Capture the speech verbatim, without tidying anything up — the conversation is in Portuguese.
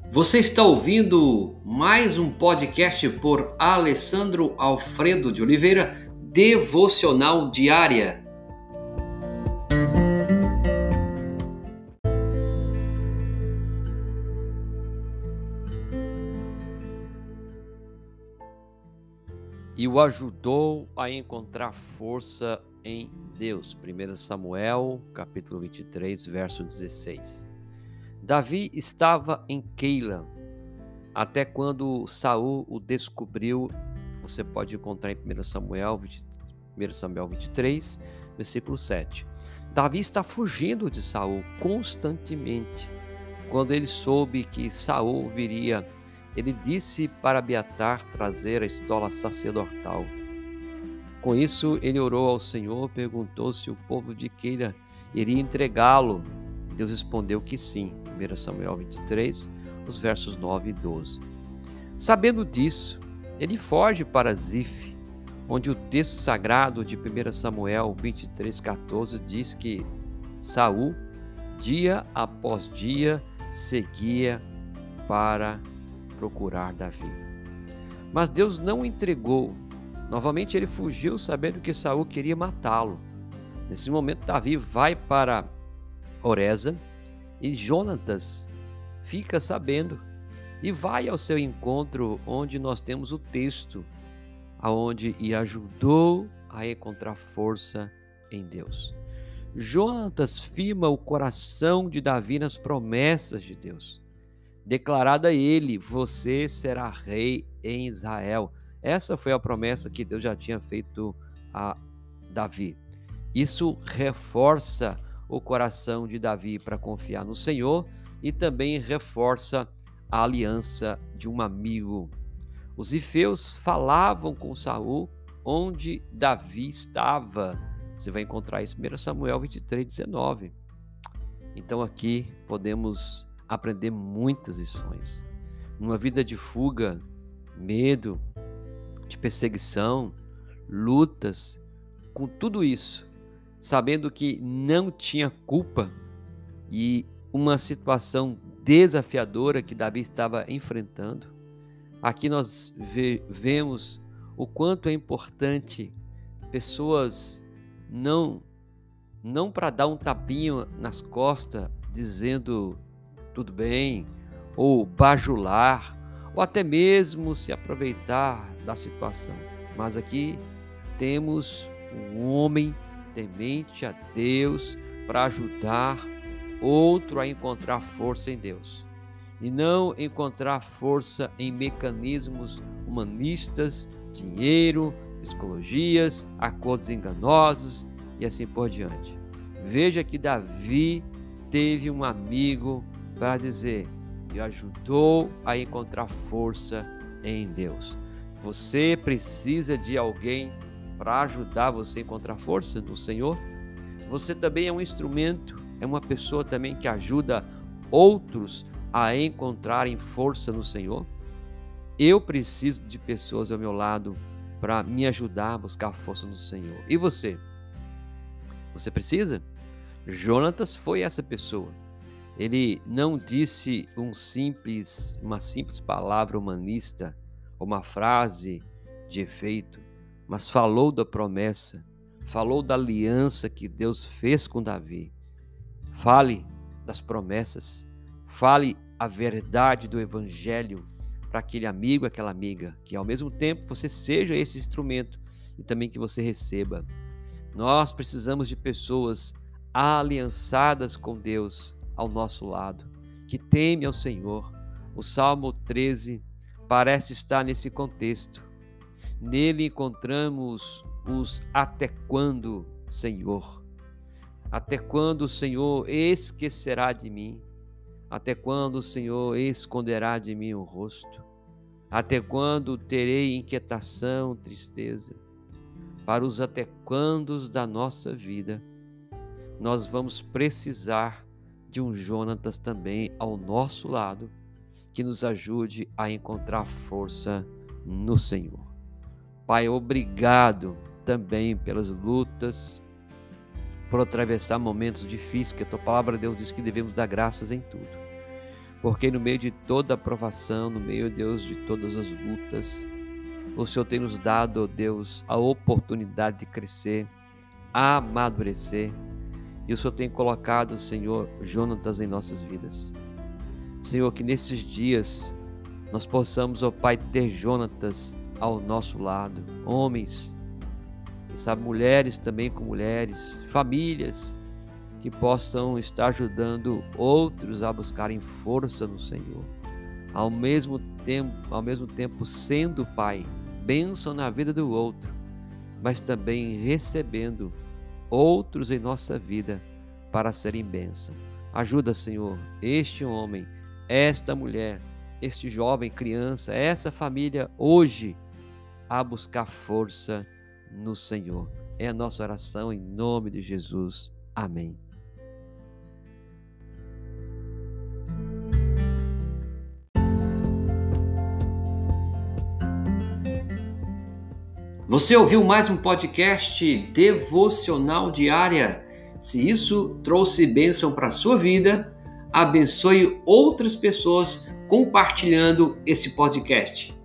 Você está ouvindo mais um podcast por Alessandro Alfredo de Oliveira, Devocional Diária. E o ajudou a encontrar força em Deus. primeiro Samuel, capítulo vinte e três, verso dezesseis. Davi estava em Keila, até quando Saul o descobriu. Você pode encontrar em primeiro Samuel, primeiro Samuel vinte e três, versículo sete. Davi está fugindo de Saul constantemente. Quando ele soube que Saul viria, ele disse para Abiatar trazer a estola sacerdotal. Com isso, ele orou ao Senhor, perguntou se o povo de Keila iria entregá-lo. Deus respondeu que sim. primeiro Samuel vinte e três, os versos nove e doze. Sabendo disso, ele foge para Zif, onde o texto sagrado de primeiro Samuel vinte e três, quatorze diz que Saul, dia após dia, seguia para procurar Davi. Mas Deus não o entregou. Novamente ele fugiu, sabendo que Saul queria matá-lo. Nesse momento, Davi vai para Oreza e Jonatas fica sabendo e vai ao seu encontro, onde nós temos o texto, aonde e ajudou a encontrar força em Deus. Jonatas firma o coração de Davi nas promessas de Deus. Declarada a ele: você será rei em Israel. Essa foi a promessa que Deus já tinha feito a Davi. Isso reforça o coração de Davi para confiar no Senhor e também reforça a aliança de um amigo. Os ifeus falavam com Saul onde Davi estava. Você vai encontrar isso em primeiro Samuel vinte e três, dezenove. Então aqui podemos aprender muitas lições. Numa vida de fuga, medo, de perseguição, lutas, com tudo isso, sabendo que não tinha culpa e uma situação desafiadora que Davi estava enfrentando, aqui nós ve- vemos o quanto é importante pessoas não, não para dar um tapinha nas costas dizendo tudo bem, ou bajular, ou até mesmo se aproveitar da situação. Mas aqui temos um homem temente a Deus para ajudar outro a encontrar força em Deus. E não encontrar força em mecanismos humanistas, dinheiro, psicologias, acordos enganosos e assim por diante. Veja que Davi teve um amigo para dizer, e ajudou a encontrar força em Deus. Você precisa de alguém para ajudar você a encontrar força no Senhor? Você também é um instrumento, é uma pessoa também que ajuda outros a encontrarem força no Senhor? Eu preciso de pessoas ao meu lado para me ajudar a buscar força no Senhor. E você? Você precisa? Jonatas foi essa pessoa. Ele não disse um simples, uma simples palavra humanista, uma frase de efeito, mas falou da promessa, falou da aliança que Deus fez com Davi. Fale das promessas, fale a verdade do evangelho para aquele amigo, aquela amiga, que ao mesmo tempo você seja esse instrumento e também que você receba. Nós precisamos de pessoas aliançadas com Deus ao nosso lado, que teme ao Senhor. O Salmo treze parece estar nesse contexto. Nele encontramos os até quando, Senhor? Até quando o Senhor esquecerá de mim? Até quando o Senhor esconderá de mim o rosto? Até quando terei inquietação, tristeza? Para os até quandos da nossa vida, nós vamos precisar de um Jonatas também ao nosso lado, que nos ajude a encontrar força no Senhor. Pai, obrigado também pelas lutas, por atravessar momentos difíceis, que a tua palavra, Deus, diz que devemos dar graças em tudo. porque no meio de toda a provação, no meio, Deus, de todas as lutas, o Senhor tem nos dado, ó Deus, a oportunidade de crescer, amadurecer, e o Senhor tem colocado, Senhor, Jonatas em nossas vidas. Senhor, que nesses dias nós possamos, ó Pai, ter Jonatas ao nosso lado, homens, e sabe, mulheres também com mulheres, famílias, que possam estar ajudando outros a buscarem força no Senhor. Ao mesmo tempo, ao mesmo tempo sendo, Pai, bênção na vida do outro, mas também recebendo outros em nossa vida para serem bênção. Ajuda, Senhor, este homem, esta mulher, este jovem, criança, essa família hoje a buscar força no Senhor. É a nossa oração em nome de Jesus. Amém. Você ouviu mais um podcast devocional diária? Se isso trouxe bênção para a sua vida, abençoe outras pessoas compartilhando esse podcast.